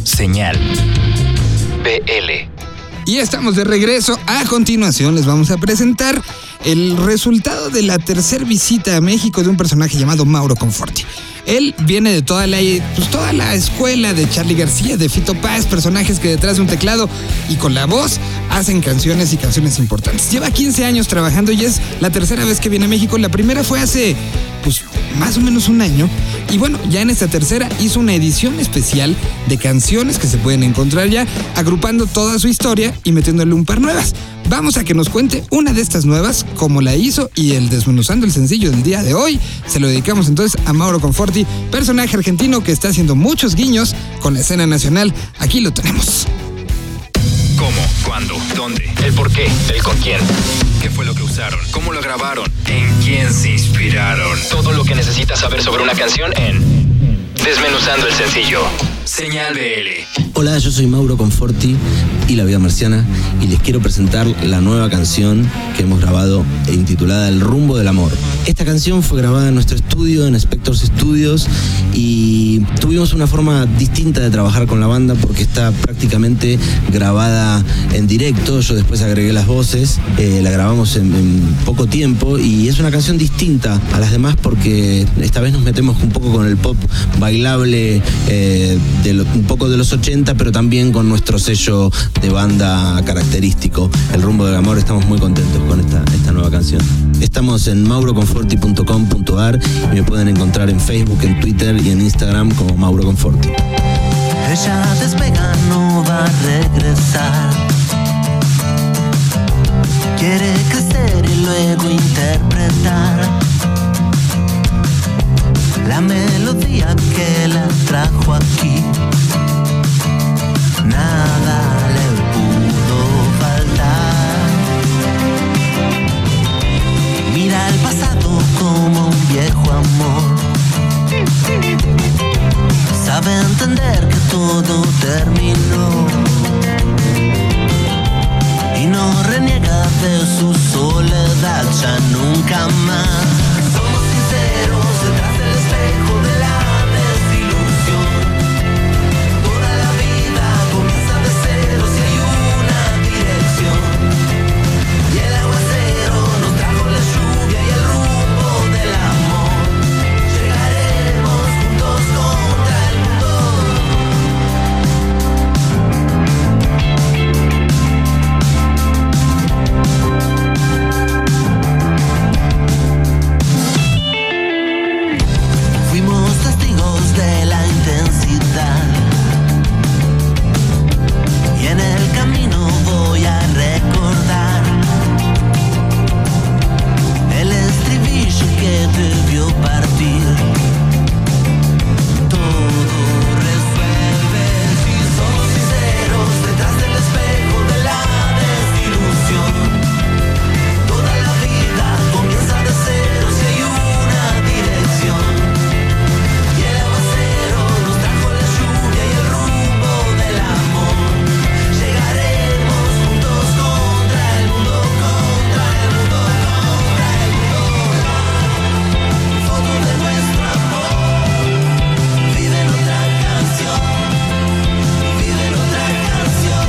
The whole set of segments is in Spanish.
Señal BL. Y estamos de regreso. A continuación les vamos a presentar el resultado de la tercera visita a México de un personaje llamado Mauro Conforti. Él viene de toda la escuela de Charly García, de Fito Páez, personajes que detrás de un teclado y con la voz hacen canciones y canciones importantes. Lleva 15 años trabajando y es la tercera vez que viene a México. La primera fue hace más o menos un año. Y bueno, ya en esta tercera hizo una edición especial de canciones que se pueden encontrar ya, agrupando toda su historia y metiéndole un par nuevas. Vamos a que nos cuente una de estas nuevas, cómo la hizo, y el desmenuzando el sencillo del día de hoy se lo dedicamos entonces a Mauro Conforti, personaje argentino que está haciendo muchos guiños con la escena nacional. Aquí lo tenemos. ¿Cómo? ¿Cuándo? ¿Dónde? ¿El por qué? ¿El con quién? ¿Qué fue lo que usaron? ¿Cómo lo grabaron? ¿En quién se inspiraron? Todo lo que necesitas saber sobre una canción en Desmenuzando el sencillo. Señal BL. Hola, yo soy Mauro Conforti y La Vida Marciana y les quiero presentar la nueva canción que hemos grabado intitulada El Rumbo del Amor. Esta canción fue grabada en nuestro estudio, en Spectors Studios, y tuvimos una forma distinta de trabajar con la banda porque está prácticamente grabada en directo. Yo después agregué las voces, la grabamos en poco tiempo y es una canción distinta a las demás porque esta vez nos metemos un poco con el pop bailable, un poco de los 80, pero también con nuestro sello de banda característico, El Rumbo del Amor. Estamos muy contentos con esta nueva canción. Estamos en mauroconforti.com.ar y me pueden encontrar en Facebook, en Twitter y en Instagram como Mauro Conforti. Ella despega, no va a regresar. Quiere crecer y luego interpretar la melodía que la trajo aquí. Nada le pudo faltar. Mira el pasado como un viejo amor. Sabe entender que todo terminó y no reniega de su soledad ya nunca más. Somos sinceros detrás del espejo de la desilusión. Toda la vida comienza de cero si hay una dirección. Y el aguacero nos trajo la lluvia y el rumbo del amor. Llegaremos juntos contra el mundo. Fuimos testigos de la intensidad y en el camino voy a recordar el estribillo que debió partir. Todo resuelve si somos sinceros detrás del espejo de la desilusión. Toda la vida comienza de cero si hay una dirección. Y el aguacero nos trajo la lluvia y el rumbo del amor. Llegaremos juntos contra el mundo, contra el mundo, contra el mundo. Foto de nuestro amor. Vive en otra canción. Vive en otra canción.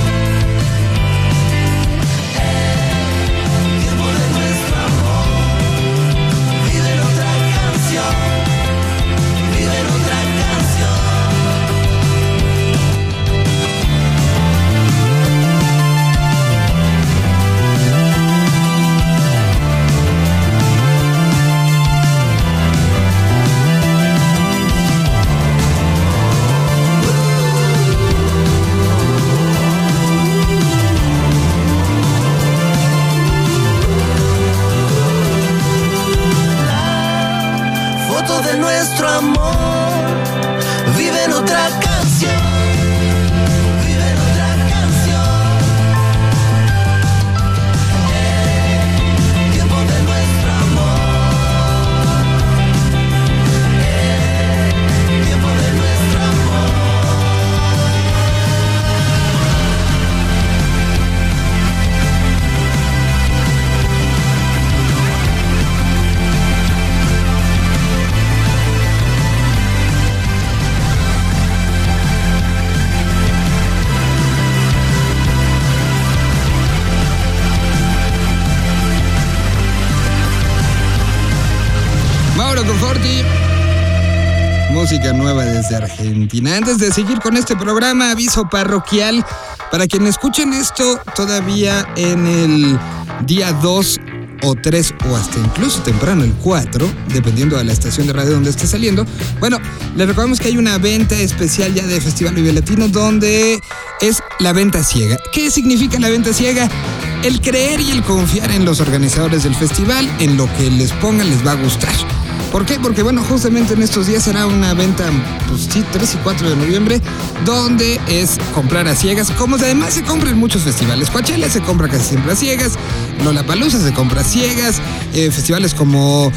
Tiempo de nuestro amor. Vive en otra canción. Vive en otra canción. Foto de nuestro amor. Vive en otra canción. Vive en otra canción. Tiempo de nuestro amor. Tiempo de nuestro amor. música nueva desde Argentina. Antes de seguir con este programa, aviso parroquial para quien escuchen esto todavía en el día 2 o 3 o hasta incluso temprano el 4, dependiendo de la estación de radio donde esté saliendo. Bueno, les recordamos que hay una venta especial ya de Festival Vive Latino donde es la venta ciega. ¿Qué significa la venta ciega? El creer y el confiar en los organizadores del festival, en lo que les pongan les va a gustar. ¿Por qué? Porque bueno, justamente en estos días será una venta, pues sí, 3 y 4 de noviembre, donde es comprar a ciegas, como además se compra en muchos festivales. Coachella se compra casi siempre a ciegas, Lollapalooza se compra a ciegas, festivales como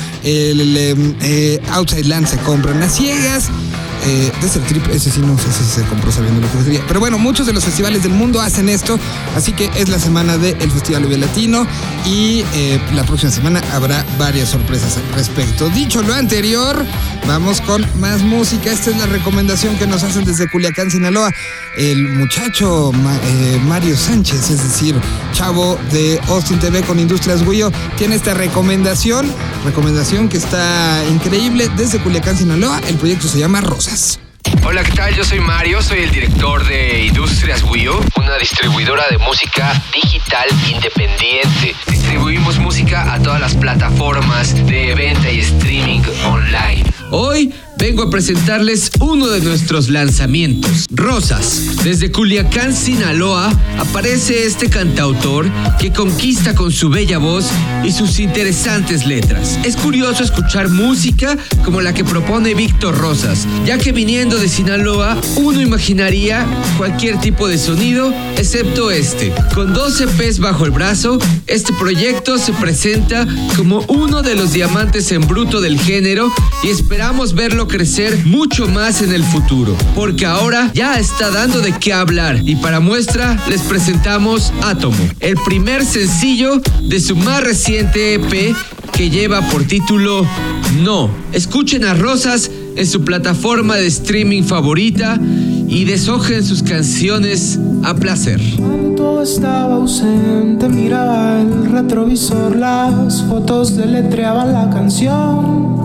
el Outside Land se compran a ciegas. Desert Trip, ese sí no sé si se compró sabiendo lo que sería. Pero bueno, muchos de los festivales del mundo hacen esto, así que es la semana del Festival Vive Latino y la próxima semana habrá varias sorpresas al respecto. Dicho lo anterior, vamos con más música. Esta es la recomendación que nos hacen desde Culiacán, Sinaloa. El muchacho Mario Sánchez, es decir, chavo de Austin TV con Industrias Guyo, tiene esta recomendación que está increíble desde Culiacán, Sinaloa. El proyecto se llama Rosas. Hola, ¿qué tal? Yo soy Mario, soy el director de Industrias Wio, una distribuidora de música digital independiente. Distribuimos música a todas las plataformas de venta y streaming online. Hoy vengo a presentarles uno de nuestros lanzamientos, Rosas. Desde Culiacán, Sinaloa, aparece este cantautor que conquista con su bella voz y sus interesantes letras. Es curioso escuchar música como la que propone Víctor Rosas, ya que viniendo de Sinaloa, uno imaginaría cualquier tipo de sonido, excepto este. Con 2 EPs bajo el brazo, este proyecto se presenta como uno de los diamantes en bruto del género y esperamos verlo crecer mucho más en el futuro, porque ahora ya está dando de qué hablar y para muestra les presentamos Átomo, el primer sencillo de su más reciente EP que lleva por título No. Escuchen a Rosas en su plataforma de streaming favorita y deshojen sus canciones a placer. Cuando todo estaba ausente, miraba el retrovisor, las fotos deletreaban la canción.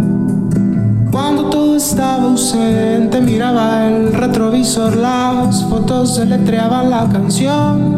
Cuando todo estaba ausente, miraba el retrovisor, las fotos deletreaban la canción.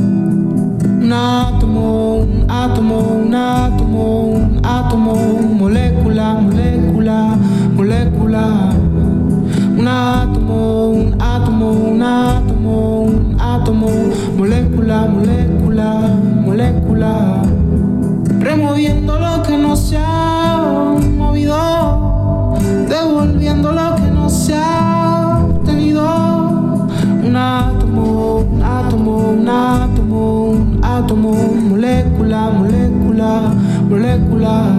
Un átomo, un átomo, un átomo, un átomo, molécula, molécula, molécula. Un átomo, un átomo, un átomo, un átomo, molécula, molécula, molécula. Removiendo lo que no se ha movido, devolviendo lo que no se ha obtenido. Un átomo, un átomo, un átomo, un átomo, molécula, molécula, molécula.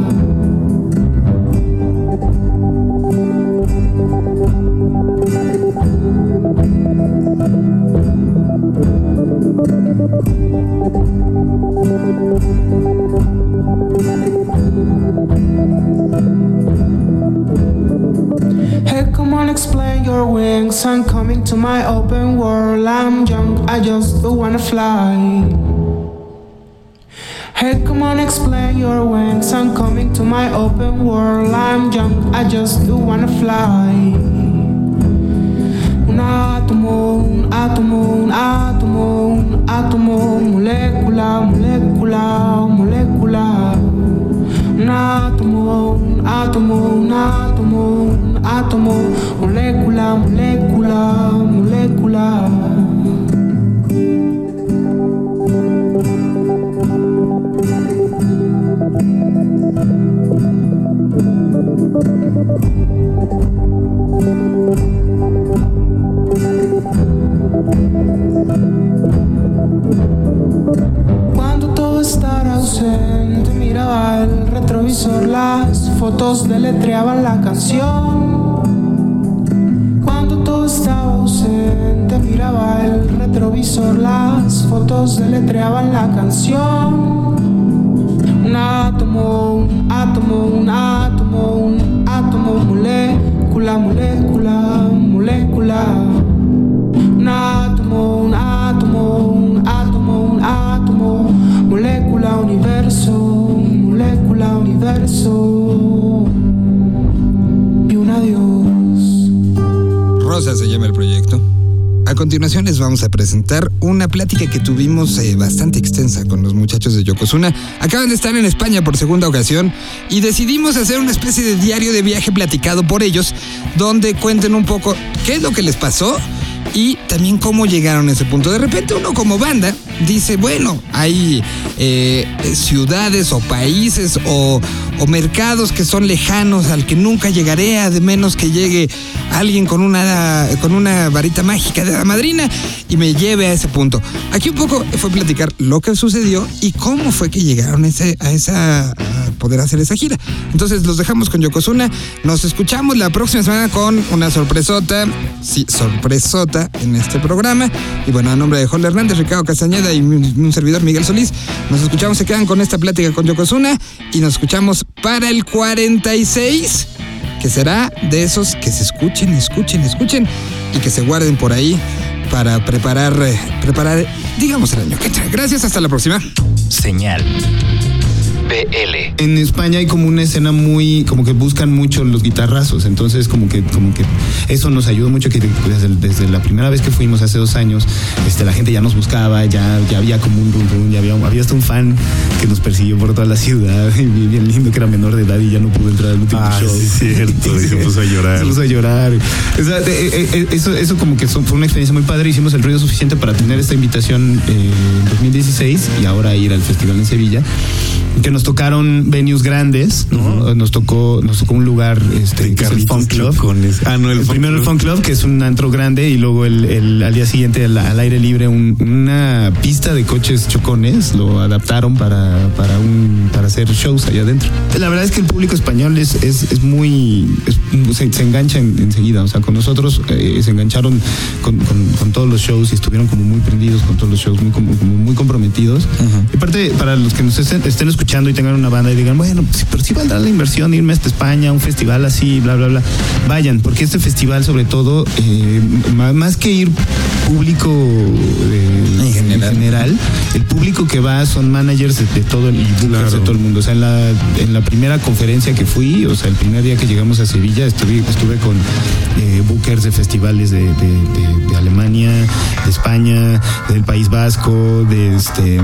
Hey, come on, explain your wings. I'm coming to my open world. I'm young, I just don't wanna fly. Hey, come on, explain your wings. I'm coming to my open world. I'm young, I just don't wanna fly. Un átomo, un átomo, un átomo, un átomo, molécula, molécula, molécula. Un átomo, un átomo, un átomo, un átomo, molécula, molécula, molécula. Cuando todo estaba ausente, miraba el retrovisor, las fotos deletreaban la canción. Cuando todo estaba ausente, miraba el retrovisor, las fotos deletreaban la canción. Un átomo, un átomo, un átomo, un átomo, molécula, molécula, molécula. Un átomo, un átomo, un átomo, un átomo, molécula, universo, molécula, universo. Y un adiós. al proyecto. A continuación les vamos a presentar una plática que tuvimos bastante extensa con los muchachos de Yokozuna. Acaban de estar en España por segunda ocasión y decidimos hacer una especie de diario de viaje platicado por ellos, donde cuenten un poco qué es lo que les pasó y también cómo llegaron a ese punto. De repente uno como banda dice, bueno, hay ciudades o países o mercados que son lejanos al que nunca llegaré, a de menos que llegue alguien con una varita mágica de la madrina y me lleve a ese punto. Aquí un poco fue platicar lo que sucedió y cómo fue que llegaron a poder hacer esa gira. Entonces los dejamos con Yokozuna. Nos escuchamos la próxima semana con una sorpresota. Sí, sorpresota en este programa. Y bueno, a nombre de Jorge Hernández, Ricardo Castañeda y un servidor Miguel Solís, nos escuchamos, se quedan con esta plática con Yokozuna y nos escuchamos para el 46, que será de esos que se escuchen y que se guarden por ahí para preparar, digamos, el año que entra. Gracias, hasta la próxima. Señal BL. En España hay como una escena muy, como que buscan mucho los guitarrazos, entonces como que eso nos ayudó mucho, que desde la primera vez que fuimos hace 2 años, la gente ya nos buscaba, ya había como un rum, ya había hasta un fan que nos persiguió por toda la ciudad, y bien lindo, que era menor de edad y ya no pudo entrar al último show. Sí, cierto, y se puso a llorar. O sea, eso como que fue una experiencia muy padre. Hicimos el ruido suficiente para tener esta invitación en 2016 y ahora ir al festival en Sevilla, que nos tocaron venues grandes, ¿no? Uh-huh. Nos tocó un lugar, que es el Funk Club. Primero el Funk Club, que es un antro grande, y luego al día siguiente al aire libre una pista de coches chocones, lo adaptaron para hacer shows allá adentro. La verdad es que el público español se engancha enseguida, o sea, con nosotros se engancharon con todos los shows y estuvieron como muy prendidos con todos los shows, muy comprometidos. Uh-huh. Y aparte, para los que nos estén escuchando y tengan una banda y digan, bueno, pero sí valdrá la inversión irme hasta España, un festival así, bla, bla, bla. Vayan, porque este festival, sobre todo, más que ir público en general, el público que va son managers de todo y bookers de todo el mundo. O sea, en la primera conferencia que fui, o sea, el primer día que llegamos a Sevilla, estuve con bookers de festivales de Alemania, de España, del País Vasco, de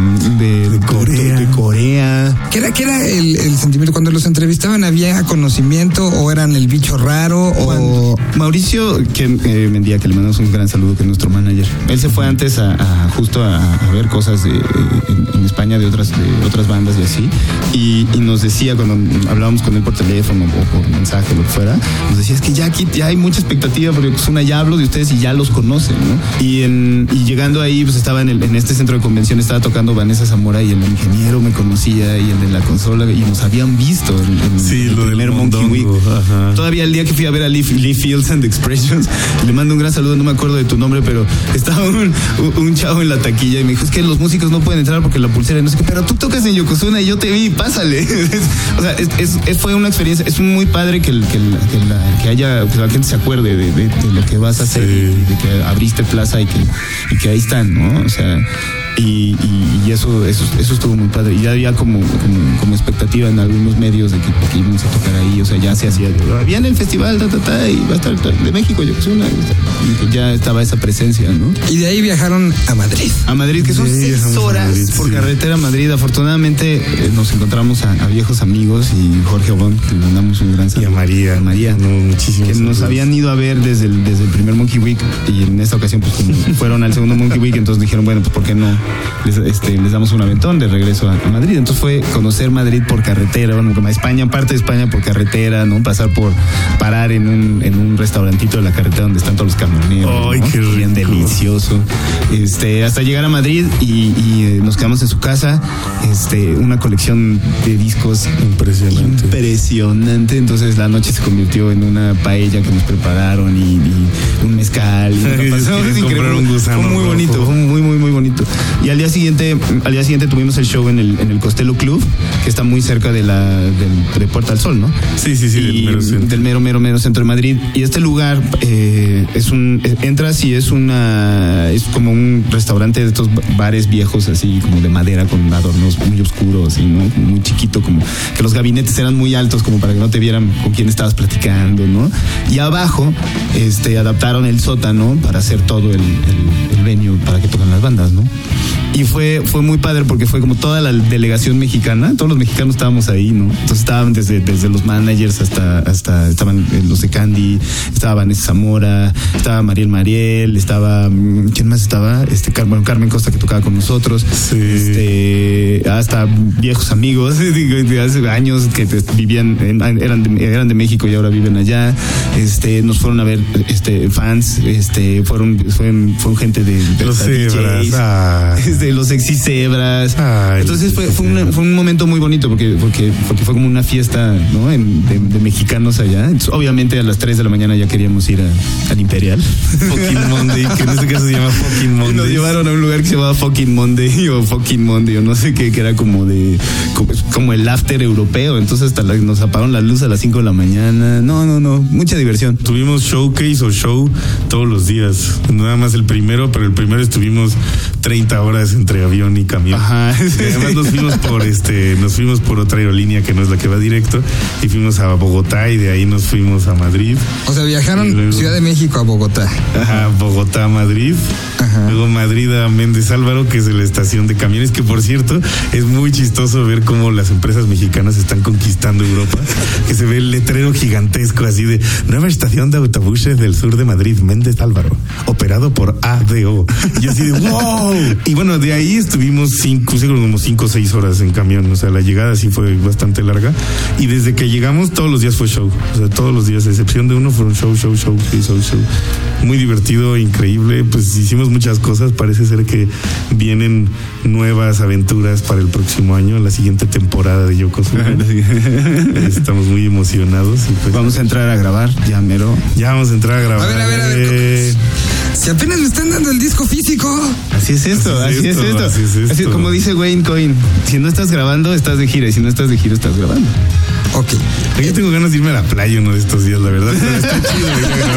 Corea. ¿Qué era el sentimiento? Cuando los entrevistaban, ¿había conocimiento o eran el bicho raro? O Mauricio Mendía, que le mandamos un gran saludo, que es nuestro manager. Él se fue antes justo a ver cosas en España de otras bandas y así. Y nos decía, cuando hablábamos con él por teléfono o por mensaje, lo que fuera, nos decía, es que ya aquí ya hay mucha expectativa, porque ya hablo de ustedes y ya los conocen, ¿no? Y llegando ahí, pues estaba en este centro de convención, estaba tocando Vanessa Zamora y el ingeniero me conocía y el de la consola, y nos habían visto en el primer Monkey Week. Ajá. Todavía el día que fui a ver a Lee Fields and Expressions, le mando un gran saludo, no me acuerdo de tu nombre, pero estaba un chavo en la taquilla y me dijo, es que los músicos no pueden entrar porque la pulsera, no sé qué, pero tú tocas en Yokozuna y yo te vi, pásale. O sea, fue una experiencia, es muy padre que la gente se acuerde de lo que vas a hacer, sí, y de que abriste plaza y que ahí están, ¿no? O sea, y eso estuvo muy padre. Y ya había como expectativa en algunos medios de que íbamos a tocar ahí, o sea, ya se hacía, viene el festival, y va a estar de México, Yokozuna, y que ya estaba esa presencia, ¿no? Y de ahí viajaron a Madrid. Que son 6 horas por carretera a Madrid. Afortunadamente nos encontramos a viejos amigos, y Jorge Obón, que le mandamos un gran saludo. Y a María. No, muchísimos que nos habían ido a ver desde el primer Monkey Week, y en esta ocasión pues como fueron al segundo Monkey Week, entonces dijeron, bueno, pues ¿por qué no les damos un aventón de regreso a Madrid? Entonces fue conocer Madrid por carretera, bueno, como España, parte de España por carretera, ¿no? Parar en un restaurantito de la carretera donde están todos los camioneros. ¡Ay, ¿no? Qué rico! Bien delicioso. Hasta llegar a Madrid y nos quedamos en su casa, una colección de discos impresionante. Entonces la noche se convirtió en una paella que nos prepararon y un mezcal. Y comprar un gusano. Fue muy bonito, fue muy, muy, muy bonito. Y al día siguiente tuvimos el show en el Costello Club, que está muy cerca de Puerta del Sol, ¿no? Sí, del mero centro. Del mero centro de Madrid. Y este lugar entras y es como un restaurante de estos bares viejos, así como de madera, con adornos muy oscuros, así, ¿no? Muy chiquito, como que los gabinetes eran muy altos, como para que no te vieran con quién estabas platicando, ¿no? Y abajo, adaptaron el sótano para hacer todo el venue para que tocan las bandas, ¿no? Y fue muy padre porque fue como toda la delegación mexicana, todos los mexicanos estábamos ahí, ¿no? Entonces estaban desde los managers hasta estaban los de Candy, estaba Vanessa Zamora, estaba Mariel, estaba, ¿quién más estaba? Carmen Costa, que tocaba con nosotros, sí. Hasta viejos amigos de hace años que vivían, eran de México y ahora viven allá. Nos fueron a ver fans, fueron gente de los Zebras, los Sexy Zebras. Entonces fue un momento muy bonito porque fue como una fiesta, ¿no? de mexicanos allá. Entonces, obviamente a las 3 de la mañana ya queríamos ir al Imperial. Fucking Monday, que en este caso se llama Fucking Monday. Nos llevaron a un lugar que se llamaba Fucking Monday o no sé qué, que era como el after europeo. Entonces hasta nos apagaron la luz a las 5 de la mañana. No, mucha diversión. Tuvimos showcase o show todos los días. Nada más el primero, pero el primero estuvimos 30 horas entre avión y camión. Ajá. Y además nos fuimos por otra aerolínea que no es la que va directo y fuimos a Bogotá y de ahí nos fuimos a Madrid. O sea, viajaron luego, Ciudad de México a Bogotá. Ajá, Bogotá a Madrid. Ajá. Luego Madrid a Méndez Álvaro, que es la estación de camiones, que por cierto es muy chistoso ver cómo las empresas mexicanas están conquistando Europa, que se ve el letrero gigantesco así de nueva estación de autobuses del sur de Madrid, Méndez Álvaro, operado por ADO. Y así de wow. Y bueno, de ahí estuvimos como 5 o 6 horas en camión. O sea, la llegada sí fue bastante larga. Y desde que llegamos, todos los días fue show. O sea, todos los días, a excepción de uno, fueron show. Muy divertido, increíble. Pues hicimos muchas cosas. Parece ser que vienen nuevas aventuras para el próximo año, la siguiente temporada de Yokozuna. Estamos muy emocionados. Y pues, vamos a entrar a grabar, ya mero. Ya vamos a entrar a grabar. A ver. Si apenas me están dando el disco físico. Así es esto. Así como dice Wayne Coyne, si no estás grabando, estás de gira, y si no estás de gira, estás grabando. Ok. Yo tengo ganas de irme a la playa uno de estos días, la verdad. Pero está chido ir a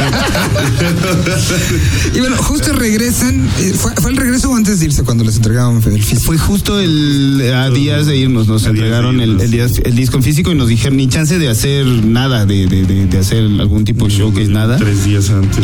grabar. Y bueno, justo regresan. ¿Fue el regreso o antes de irse cuando les entregaban el físico? Fue justo a días de irnos. Nos entregaron el disco en físico y nos dijeron ni chance de hacer nada, de hacer algún tipo de showcase, nada. 3 días antes.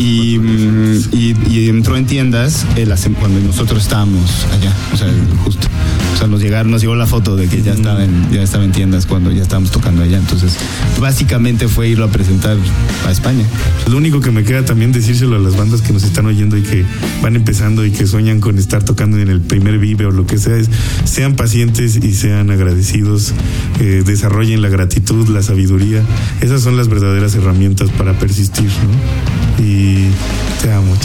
Y entró en tiendas cuando nosotros estábamos allá. O sea, justo. O sea, nos llegó la foto de que ya estaba en tiendas cuando ya estábamos tocando allá. Entonces, básicamente fue irlo a presentar a España. Lo único que me queda también decírselo a las bandas que nos están oyendo y que van empezando y que sueñan con estar tocando en el primer Vive o lo que sea, es sean pacientes y sean agradecidos, desarrollen la gratitud, la sabiduría. Esas son las verdaderas herramientas para persistir, ¿no? Y te amo,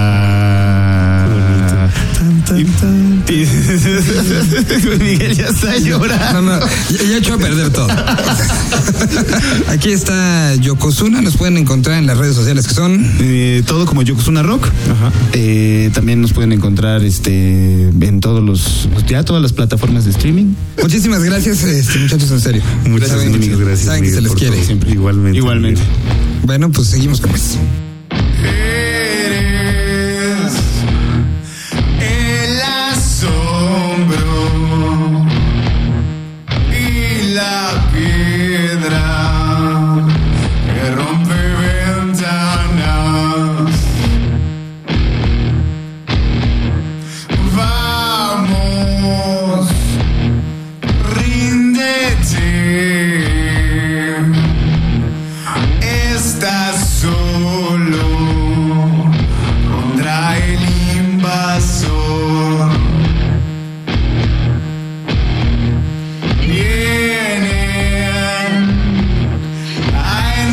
Miguel ya está llorando. No, ya echó a perder todo. Aquí está Yokozuna, nos pueden encontrar en las redes sociales que son todo como Yokozuna Rock. Ajá. También nos pueden encontrar en todas las plataformas de streaming. Muchísimas gracias, muchachos, en serio. Muchas gracias. Saben que se les quiere. Siempre. Igualmente. Bueno, pues seguimos con eso.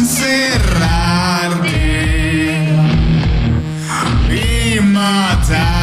Time.